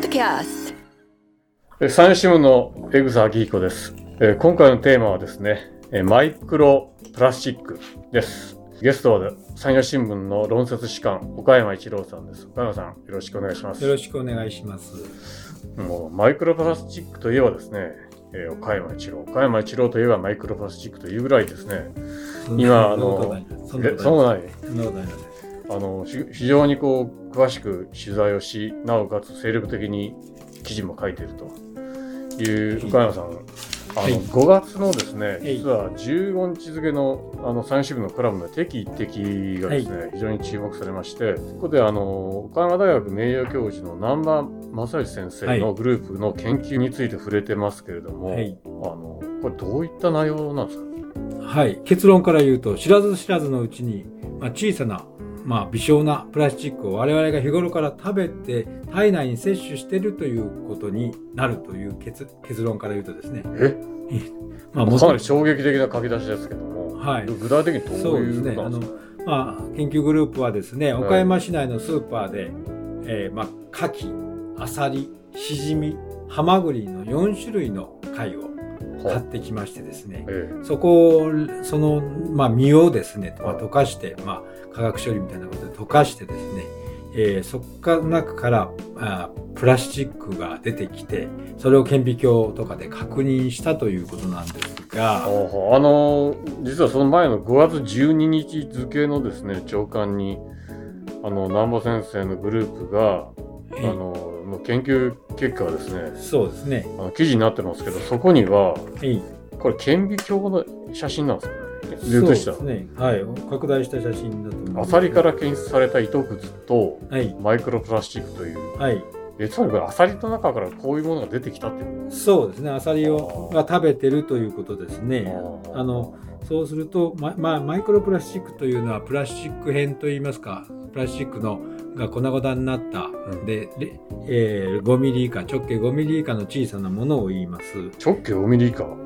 ドキャスト山陽新聞の江草明彦です。今回のテーマはですね、マイクロプラスチックです。ゲストは山陽新聞の論説士官岡山一郎さんです。岡山さん、よろしくお願いします。 よろしくお願いします。 もうマイクロプラスチックといえばですね、岡山一郎といえばマイクロプラスチックというぐらいですね。今そんなことない。非常に詳しく取材をし、なおかつ精力的に記事も書いているという岡山さん、5月のですね、実は15日付の山陽新聞のコラムの敵一滴がですね、非常に注目されまして、ここで岡山大学名誉教授の南波正義先生のグループの研究について触れてますけれども、これどういった内容なんですか？ はい、結論から言うと、知らず知らずのうちに、小さな微小なプラスチックを我々が日頃から食べて体内に摂取しているということになるという結論から言うとですね。 かなり衝撃的な書き出しですけども、具体的にどういうことなんですか？ 研究グループはですね、岡山市内のスーパーで、牡蠣、アサリ、シジミ、ハマグリの4種類の貝を買ってきましてですね、その身をですね、溶かして、化学処理みたいなことで溶かしてですね、そこの中からプラスチックが出てきて、それを顕微鏡とかで確認したということなんですが、 実はその前の5月12日付のですね、朝刊に南波先生のグループがの研究結果がですね、 そうですね、 記事になってますけど、そこにはこれ顕微鏡の写真なんですかね。 そうですね、拡大した写真だと思います。 アサリから検出された糸くずとマイクロプラスチックという、つまりこれアサリの中からこういうものが出てきたっていうこと？ そうですね、アサリが食べてるということですね。そうすると、マイクロプラスチックというのはプラスチック片といいますか、プラスチックが粉々になった、で、5ミリ以下、直径5ミリ以下の小さなものを言います。 直径5ミリ以下？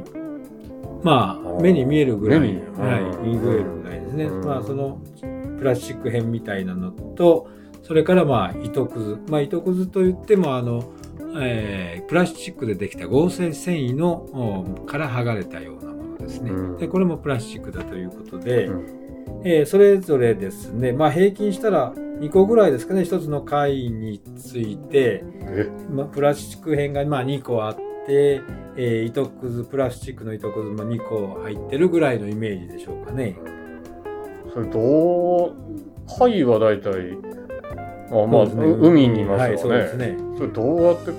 目に見えるぐらい、見えるぐらいですね。そのプラスチック片みたいなのと、それから糸くず。糸くずといってもプラスチックでできた合成繊維のから剥がれたようなものですね。で、これもプラスチックだということで、それぞれですね、平均したら2個ぐらいですかね、1つの貝について、プラスチック片が2個あって、糸くず、プラスチックの糸くずも2個入ってるぐらいのイメージでしょうかね。 それ貝はだいたい海にいますよね。そうですね。それどうやって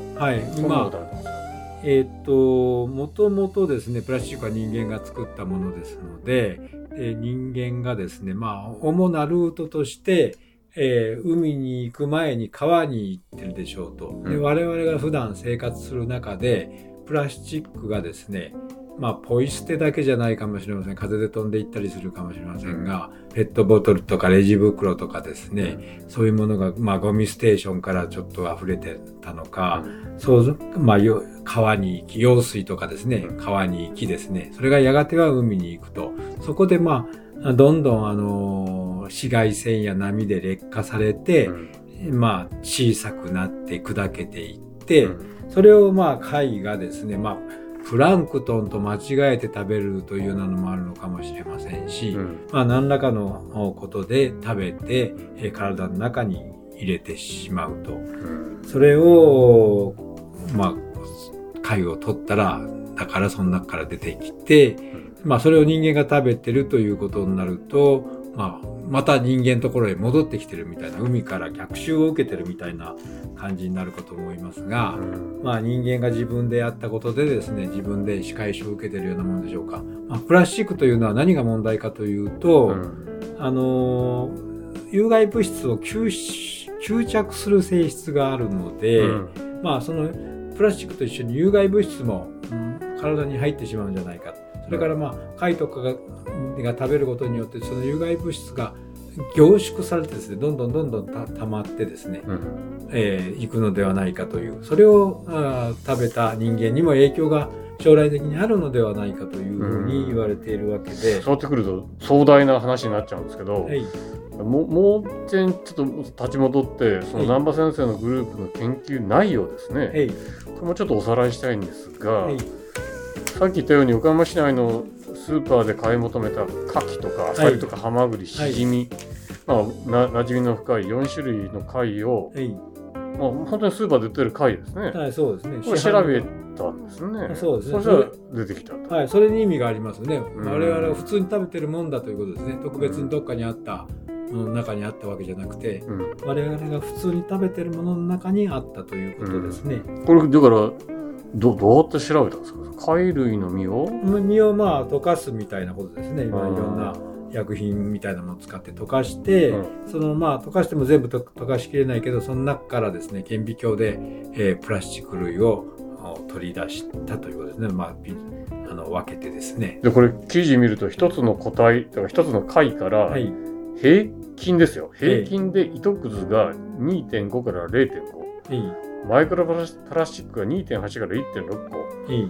もともとですね、プラスチックは人間が作ったものですので、人間がですね、主なルートとして、海に行く前に川に行ってるでしょうと。で、我々が普段生活する中で、プラスチックがですね、ポイ捨てだけじゃないかもしれません。風で飛んでいったりするかもしれませんが、ペットボトルとかレジ袋とかですね、そういうものが、ゴミステーションからちょっと溢れてたのか、川に行き、用水とかですね、川に行きですね、それがやがては海に行くと、そこでどんどん紫外線や波で劣化されて、小さくなって砕けていって、それを貝がですね、プランクトンと間違えて食べるというようなのもあるのかもしれませんし、何らかのことで食べて、体の中に入れてしまうと。それを、貝を取ったら、だからその中から出てきて、それを人間が食べてるということになると、また人間のところへ戻ってきてるみたいな、海から逆襲を受けてるみたいな感じになるかと思いますが、人間が自分でやったことでですね、自分で仕返しを受けてるようなものでしょうか。プラスチックというのは何が問題かというと、有害物質を吸着する性質があるので、そのプラスチックと一緒に有害物質も、体に入ってしまうんじゃないか。それから貝とかが食べることによってその有害物質が凝縮されてですね、どんどん溜まってですね、いくのではないかという、それを食べた人間にも影響が将来的にあるのではないかというふうに言われているわけで、 そうなってくると壮大な話になっちゃうんですけど、 はい、 もう一点ちょっと立ち戻ってその難波先生のグループの研究内容ですね、 はい、 これもちょっとおさらいしたいんですが、 はい、 さっき言ったように岡山市内のスーパーで買い求めた牡蠣とかアサリとかハマグリ、シジミ、まあ、馴染みの深い4種類の貝を、まあ、本当にスーパーで売ってる貝ですね。 はい、そうですね。 これ調べたんですね。 そうですね。 そしたら出てきたと。 はい、それに意味がありますね。我々は普通に食べてるもんだということですね。特別にどっかにあったものの中にあったわけじゃなくて、我々が普通に食べてるものの中にあったということですね。 これだからどうやって調べたんですか？貝類の身をまあ溶かすみたいなことですね。今いろんな薬品みたいなものを使って溶かして、そのまあ溶かしても全部溶かしきれないけど、その中からですね顕微鏡で、プラスチック類を取り出したということですね。まあ分けてですね。 でこれ記事見ると一つの個体だから一つの貝から平均ですよ。平均で糸くずが 2.5 から 0.5、マイクロプラスチックが 2.8 から 1.6 個。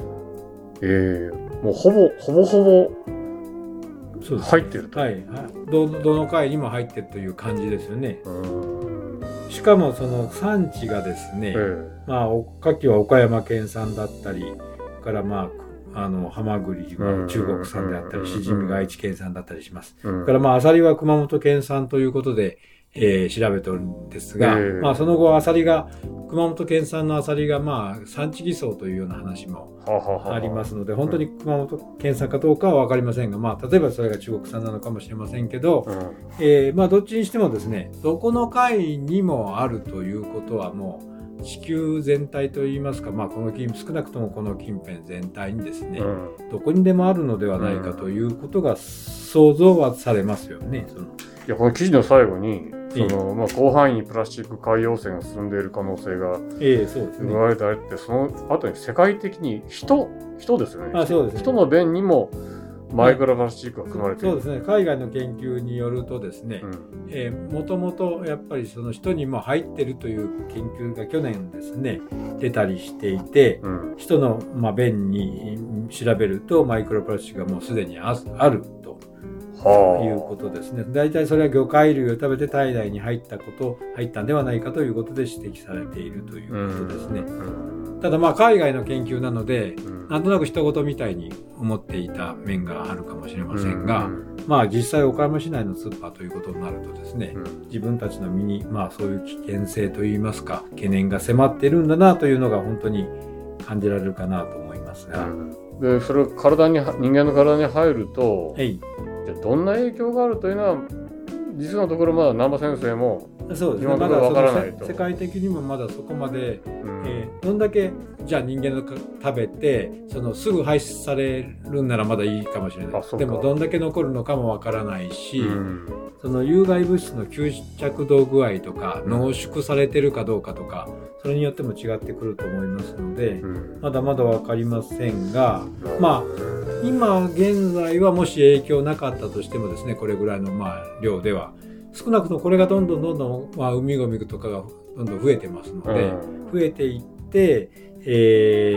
もうほぼ入ってると。 はい、どの貝にも入ってるという感じですよね。しかもその産地がですね、まあ牡蠣は岡山県産だったりからまあハマグリが中国産であったり、シジミが愛知県産だったりします。からまあアサリは熊本県産ということで、調べておるんですが、まあその後アサリが熊本県産のアサリがまあ産地偽装というような話もありますので、本当に熊本県産かどうかは分かりませんが、まあ例えばそれが中国産なのかもしれませんけど、まあどっちにしてもですね、どこの貝にもあるということはもう地球全体といいますか、まあこの少なくともこの近辺全体にですね、どこにでもあるのではないかということが想像はされますよね。 いやこの記事の最後にまあ、広範囲にプラスチック海洋汚染が進んでいる可能性が言われてあれって、その後に世界的に人ですよね。人の便にもマイクロプラスチックが含まれている。 そうですね。海外の研究によるとですね、もともとやっぱりその人にも入ってるという研究が去年ですね出たりしていて、人の便に調べるとマイクロプラスチックがもうすでにあると。いうことですね。大体それは魚介類を食べて体内に入ったんではないかということで指摘されているということですね。ただまあ海外の研究なので、なんとなく人事みたいに思っていた面があるかもしれませんが、まあ実際岡山市内のスーパーということになるとですね、自分たちの身にまあそういう危険性といいますか懸念が迫っているんだなというのが本当に感じられるかなと思いますが、 でそれが人間の体に入ると、じゃどんな影響があるというのは実のところまだ難波先生も今のところわからないと。 世界的にもまだそこまで、どんだけじゃあ人間の食べてすぐ排出されるんならまだいいかもしれない。でもどんだけ残るのかもわからないし、その有害物質の吸着度具合とか濃縮されてるかどうかとか、それによっても違ってくると思いますので、まだまだわかりませんが、まあ今現在はもし影響なかったとしてもですね、これぐらいの量では少なくともこれがどんどん海ゴミとかがどんどん増えてますので、増えていって、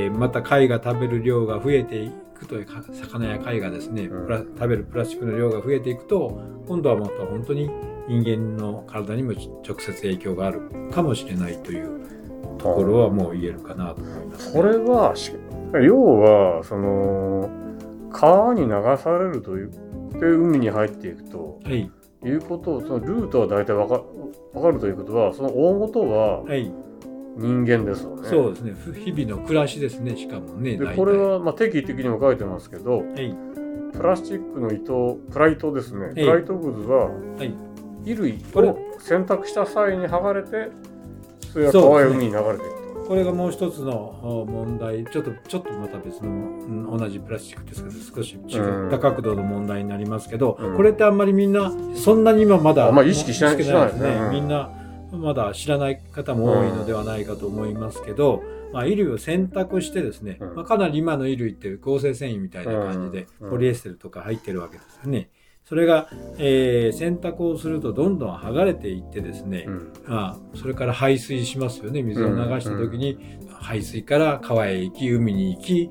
また貝が食べる量が増えていくという、魚や貝がですね、食べるプラスチックの量が増えていくと、今度はまた本当に人間の体にも直接影響があるかもしれないというところはもう言えるかなと思います、 これは要は川に流されるというで海に入っていくと、いうことをそのルートは大体分かるということは、その大元は人間ですよね。 そうですね。日々の暮らしですね。しかもね。 でこれは定期的にも書いてますけど、プラスチックのプライトですね。プライトくずは衣類を洗濯した際に剥がれて、それが川や海に流れていくと。 これがもう一つの問題、ちょっとまた別の同じプラスチックですけど少し違った角度の問題になりますけど、これってあんまりみんなそんなに今まだ意識してないですね。 みんなまだ知らない方も多いのではないかと思いますけど、衣類を洗濯してですね、かなり今の衣類って合成繊維みたいな感じでポリエステルとか入ってるわけですよね。それが、洗濯をするとどんどん剥がれていってですね、それから排水しますよね。水を流した時に排水から川へ行き、海に行き、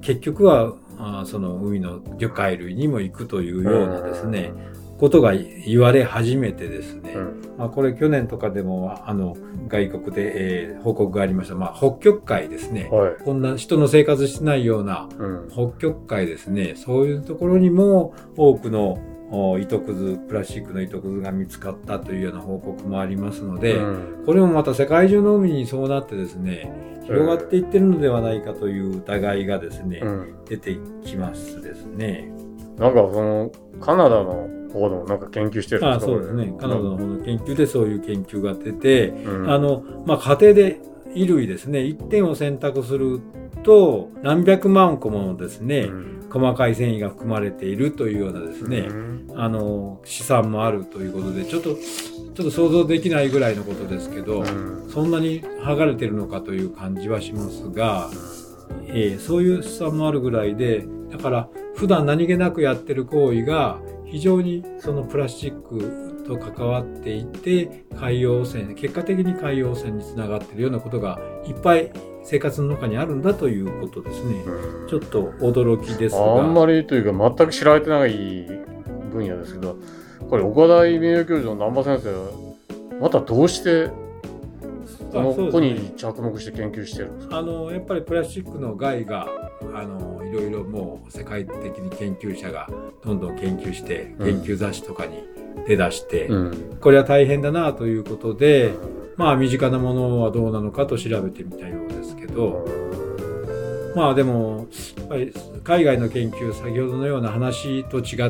結局はその海の魚介類にも行くというようなですね、ことが言われ始めてですね、これ去年とかでも外国で、報告がありました、北極海ですね、こんな人の生活してないような北極海ですね、そういうところにも多くの糸くず、プラスチックの糸くずが見つかったというような報告もありますので、これもまた世界中の海にそうなってですね、広がっていってるのではないかという疑いがですね、出てきますですね。 なんかそのカナダの方でもなんか研究してるんですか？ そうですね。カナダの方の研究でそういう研究が出て、家庭で衣類ですね、1点を選択すると何百万個ものですね、細かい繊維が含まれているというようなですね、試算もあるということで、ちょっと想像できないぐらいのことですけど、そんなに剥がれてるのかという感じはしますが、そういう試算もあるぐらいで、だから普段何気なくやってる行為が非常にそのプラスチックと関わっていて、海洋汚染、結果的に海洋汚染につながっているようなことがいっぱい生活の中にあるんだということですね。ちょっと驚きですが。 あんまりというか全く知られてない分野ですけど、これ岡大名誉教授の南波先生はまたどうしてこの子に着目して研究してるんですか？ やっぱりプラスチックの害がいろいろもう世界的に研究者がどんどん研究して、研究雑誌とかに出だして、これは大変だなということで、身近なものはどうなのかと調べてみたようですけど、でもやっぱり海外の研究、先ほどのような話と違って、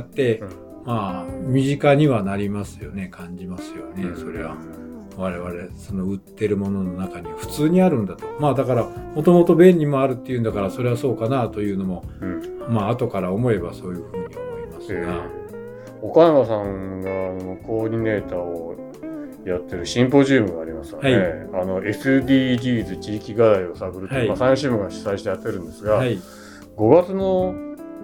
身近にはなりますよね、感じますよね。それは我々その売ってるものの中に普通にあるんだと。だからもともと便にもあるっていうんだから、それはそうかなというのも、後から思えばそういうふうに思いますが、 岡山さんがコーディネーターをやってるシンポジウムがありますよね。SDGs 地域課題を探るという、産業新聞が主催してやってるんですが、5月の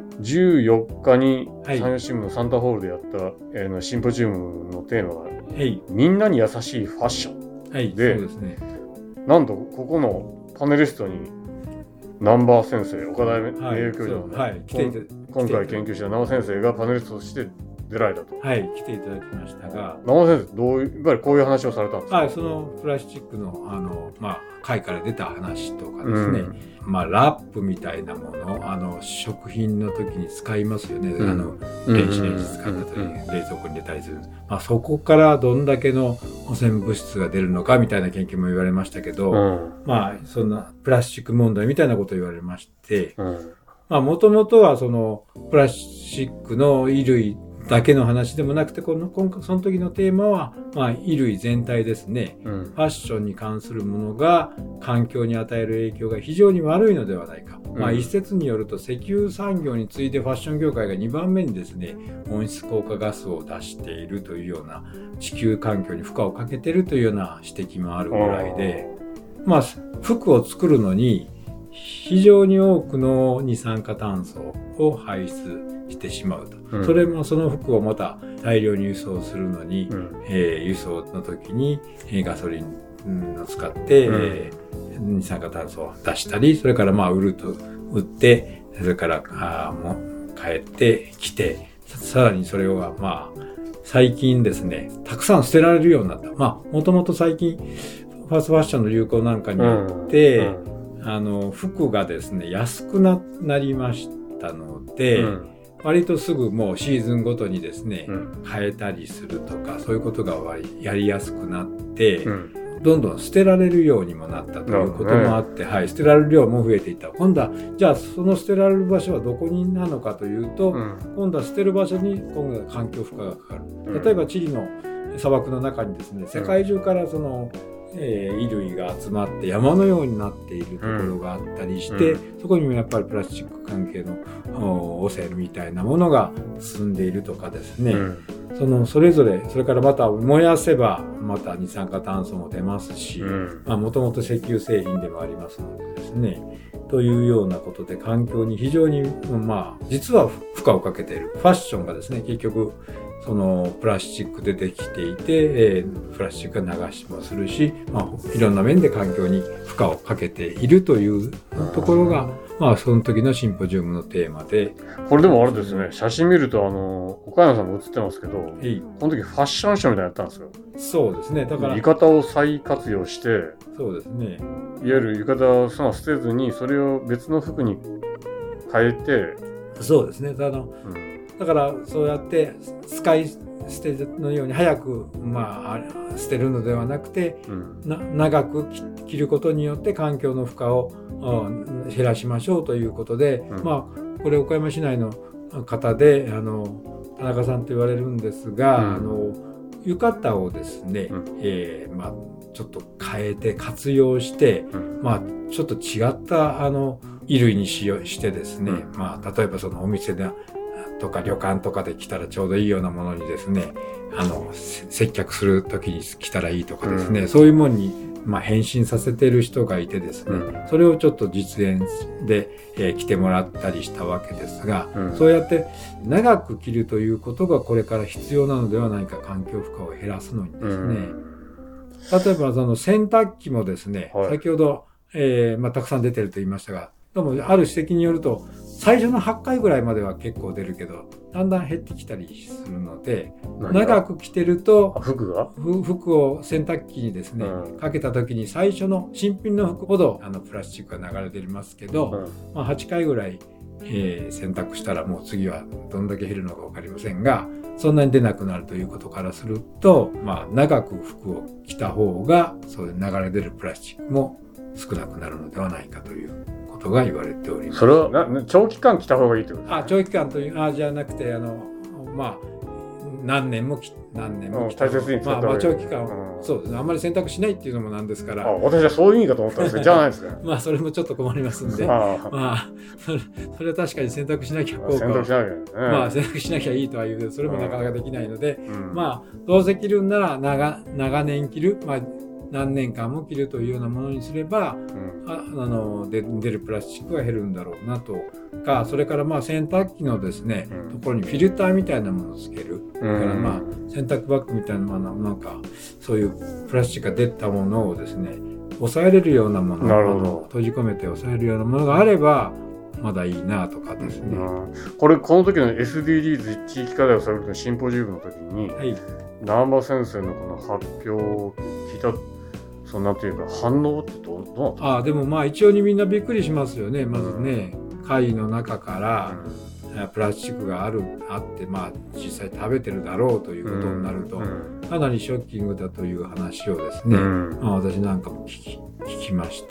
14日に産業新聞のサンタホールでやった、シンポジウムのテーマが、みんなに優しいファッションで、そうですね、なんとここのパネリストに南波先生、岡大名誉教授の、今回研究した南波先生がパネリストとして出られたと。 来ていただきましたが、 南波先生、いわゆるこういう話をされたんですか？ そのプラスチックの会から出た話とかですね、ラップみたいなもの、食品の時に使いますよね。電子レンジ使った時に冷蔵庫に入れたりする。そこからどんだけの汚染物質が出るのかみたいな研究も言われましたけど、そんなプラスチック問題みたいなことを言われまして、もともとはそのプラスチックの衣類だけの話でもなくて、その時のテーマは、衣類全体ですね、ファッションに関するものが環境に与える影響が非常に悪いのではないか。一説によると石油産業に次いでファッション業界が2番目にですね、温室効果ガスを出しているというような、地球環境に負荷をかけているというような指摘もあるぐらいで、服を作るのに非常に多くの二酸化炭素を排出してしまうと。それもその服をまた大量に輸送するのに、輸送の時にガソリンを使って、二酸化炭素を出したり、それから売ってそれから帰ってきて、さらにそれを最近ですね、たくさん捨てられるようになった。もともと最近ファーストファッションの流行なんかによって、服がですね安くなりましたので、割とすぐもうシーズンごとにですね、変えたりするとか、そういうことがやりやすくなって、どんどん捨てられるようにもなったということもあって、捨てられる量も増えていった。今度はじゃあその捨てられる場所はどこになのかというと、今度は捨てる場所に今度は環境負荷がかかる。例えばチリの砂漠の中にですね、世界中からその衣類が集まって山のようになっているところがあったりして、そこにもやっぱりプラスチック関係の汚染みたいなものが進んでいるとかですね、それぞれ、それからまた燃やせばまた二酸化炭素も出ますし、もともと石油製品でもありますのでですね、というようなことで環境に非常に実は負荷をかけている。ファッションがですね、結局そのプラスチックでできていて、プラスチックが流しもするし、いろんな面で環境に負荷をかけているというところが、その時のシンポジウムのテーマで。 これでもあれですね、写真見ると岡山さんも写ってますけど、この時ファッションショーみたいなのやったんですよ。 そうですね。だから浴衣を再活用して、 そうですね。 いわゆる浴衣をその捨てずに、それを別の服に変えて。 そうですね。だからそうやって使い捨てのように早く捨てるのではなくて、長く着ることによって環境の負荷を減らしましょうということで、これ岡山市内の方で田中さんと言われるんですが、浴衣をですね、ちょっと変えて活用して、ちょっと違った衣類にしてですね、例えばそのお店でとか旅館とかで着たらちょうどいいようなものにですね、接客する時に着たらいいとかですね、そういうものに変身させている人がいてですね、それをちょっと実演で、着てもらったりしたわけですが、そうやって長く着るということがこれから必要なのではないか、環境負荷を減らすのにですね。例えばその洗濯機もですね、先ほど、たくさん出てると言いましたが、でもある指摘によると最初の8回ぐらいまでは結構出るけど、だんだん減ってきたりするので、長く着てると服を洗濯機にですね、かけた時に最初の新品の服ほどプラスチックが流れていますけど、8回ぐらい、洗濯したらもう次はどんだけ減るのか分かりませんが、そんなに出なくなるということからすると、長く服を着た方がそういう流れ出るプラスチックも少なくなるのではないかということが言われております。 それは長期間着た方がいいってことですか？ 長期間というじゃなくて何年も大切に使った方がいい。 長期間、そうですね。あんまり洗濯しないっていうのもなんですから。 私はそういう意味かと思ったんですけど、じゃないですか。 それもちょっと困りますんで、それは確かに洗濯しなきゃ洗濯しなきゃいいとは言うけど、それもなかなかできないので、どうせ着るんなら長年着る、何年間も着るというようなものにすれば、出るプラスチックが減るんだろうなとか、それから洗濯機のですね、ところにフィルターみたいなものをつける。だから洗濯バッグみたいなもの、なんかそういうプラスチックが出たものをですね、抑えれるようなもの、閉じ込めて抑えるようなものがあればまだいいなとかですね。 この時の SDGs 地域課題をされるのシンポジウムの時に、南波先生のこの発表を聞いた、そんなというか反応ってどうなった？ でも一応にみんなびっくりしますよね。まずね、貝の中からプラスチックがあって、実際食べてるだろうということになると、かなりショッキングだという話をですね、私なんかも聞きまして、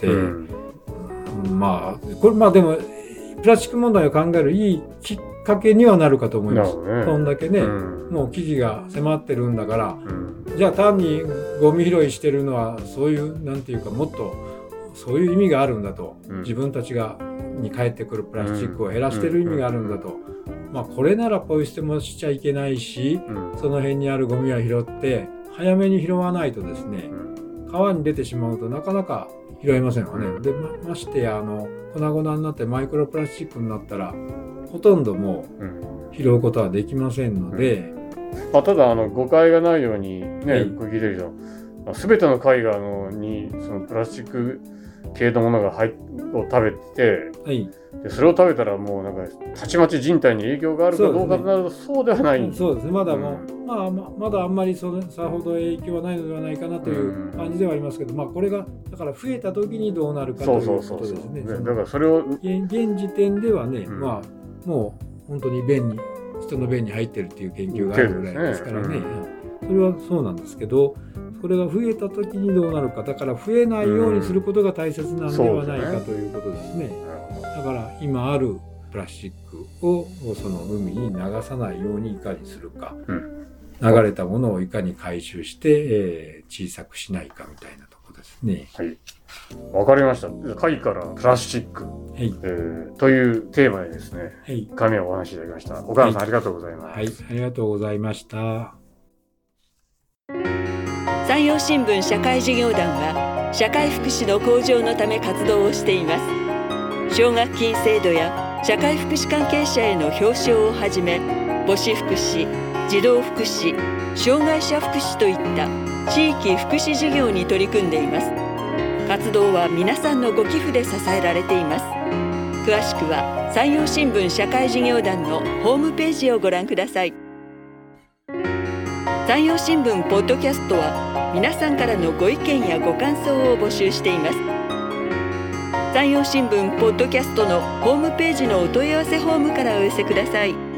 これでもプラスチック問題を考えるいいきっかけにはなるかと思います。こんだけね、もう危機が迫ってるんだから、じゃあ単にゴミ拾いしてるのはそういうなんていうか、もっとそういう意味があるんだと、自分たちに返ってくるプラスチックを減らしてる意味があるんだと、これならポイ捨てもしちゃいけないし、その辺にあるゴミは拾って早めに拾わないとですね、川に出てしまうとなかなか拾えませんよね。でましてや粉々になってマイクロプラスチックになったらほとんどもう拾うことはできませんので、 ただ誤解がないようにね、聞いてると、全ての貝がにそのプラスチック系のものを食べて、でそれを食べたらもうなんかたちまち人体に影響があるかどうかとなると、そうではない。 そうですね。まだあんまりさほど影響はないのではないかなという感じではありますけど、これがだから増えた時にどうなるかということですね。 だからそれを現時点ではね、もう本当に人の便に入ってるっていう研究があるぐらいですからね。それはそうなんですけど、これが増えた時にどうなるか、だから増えないようにすることが大切なんではないかということですね。だから今あるプラスチックをその海に流さないようにいかにするか、流れたものをいかに回収して、小さくしないかみたいなところですね。 わかりました。貝からプラスチック、というテーマでですね、紙をお話しいただきました。岡野さん、ありがとうございます。 ありがとうございました。 山陽新聞社会事業団は社会福祉の向上のため活動をしています。奨学金制度や社会福祉関係者への表彰をはじめ、母子福祉、 児童福祉、障害者福祉といった地域福祉事業に取り組んでいます。活動は皆さんのご寄付で支えられています。詳しくは山陽新聞社会事業団のホームページをご覧ください。山陽新聞ポッドキャストは皆さんからのご意見やご感想を募集しています。山陽新聞ポッドキャストのホームページのお問い合わせフォームからお寄せください。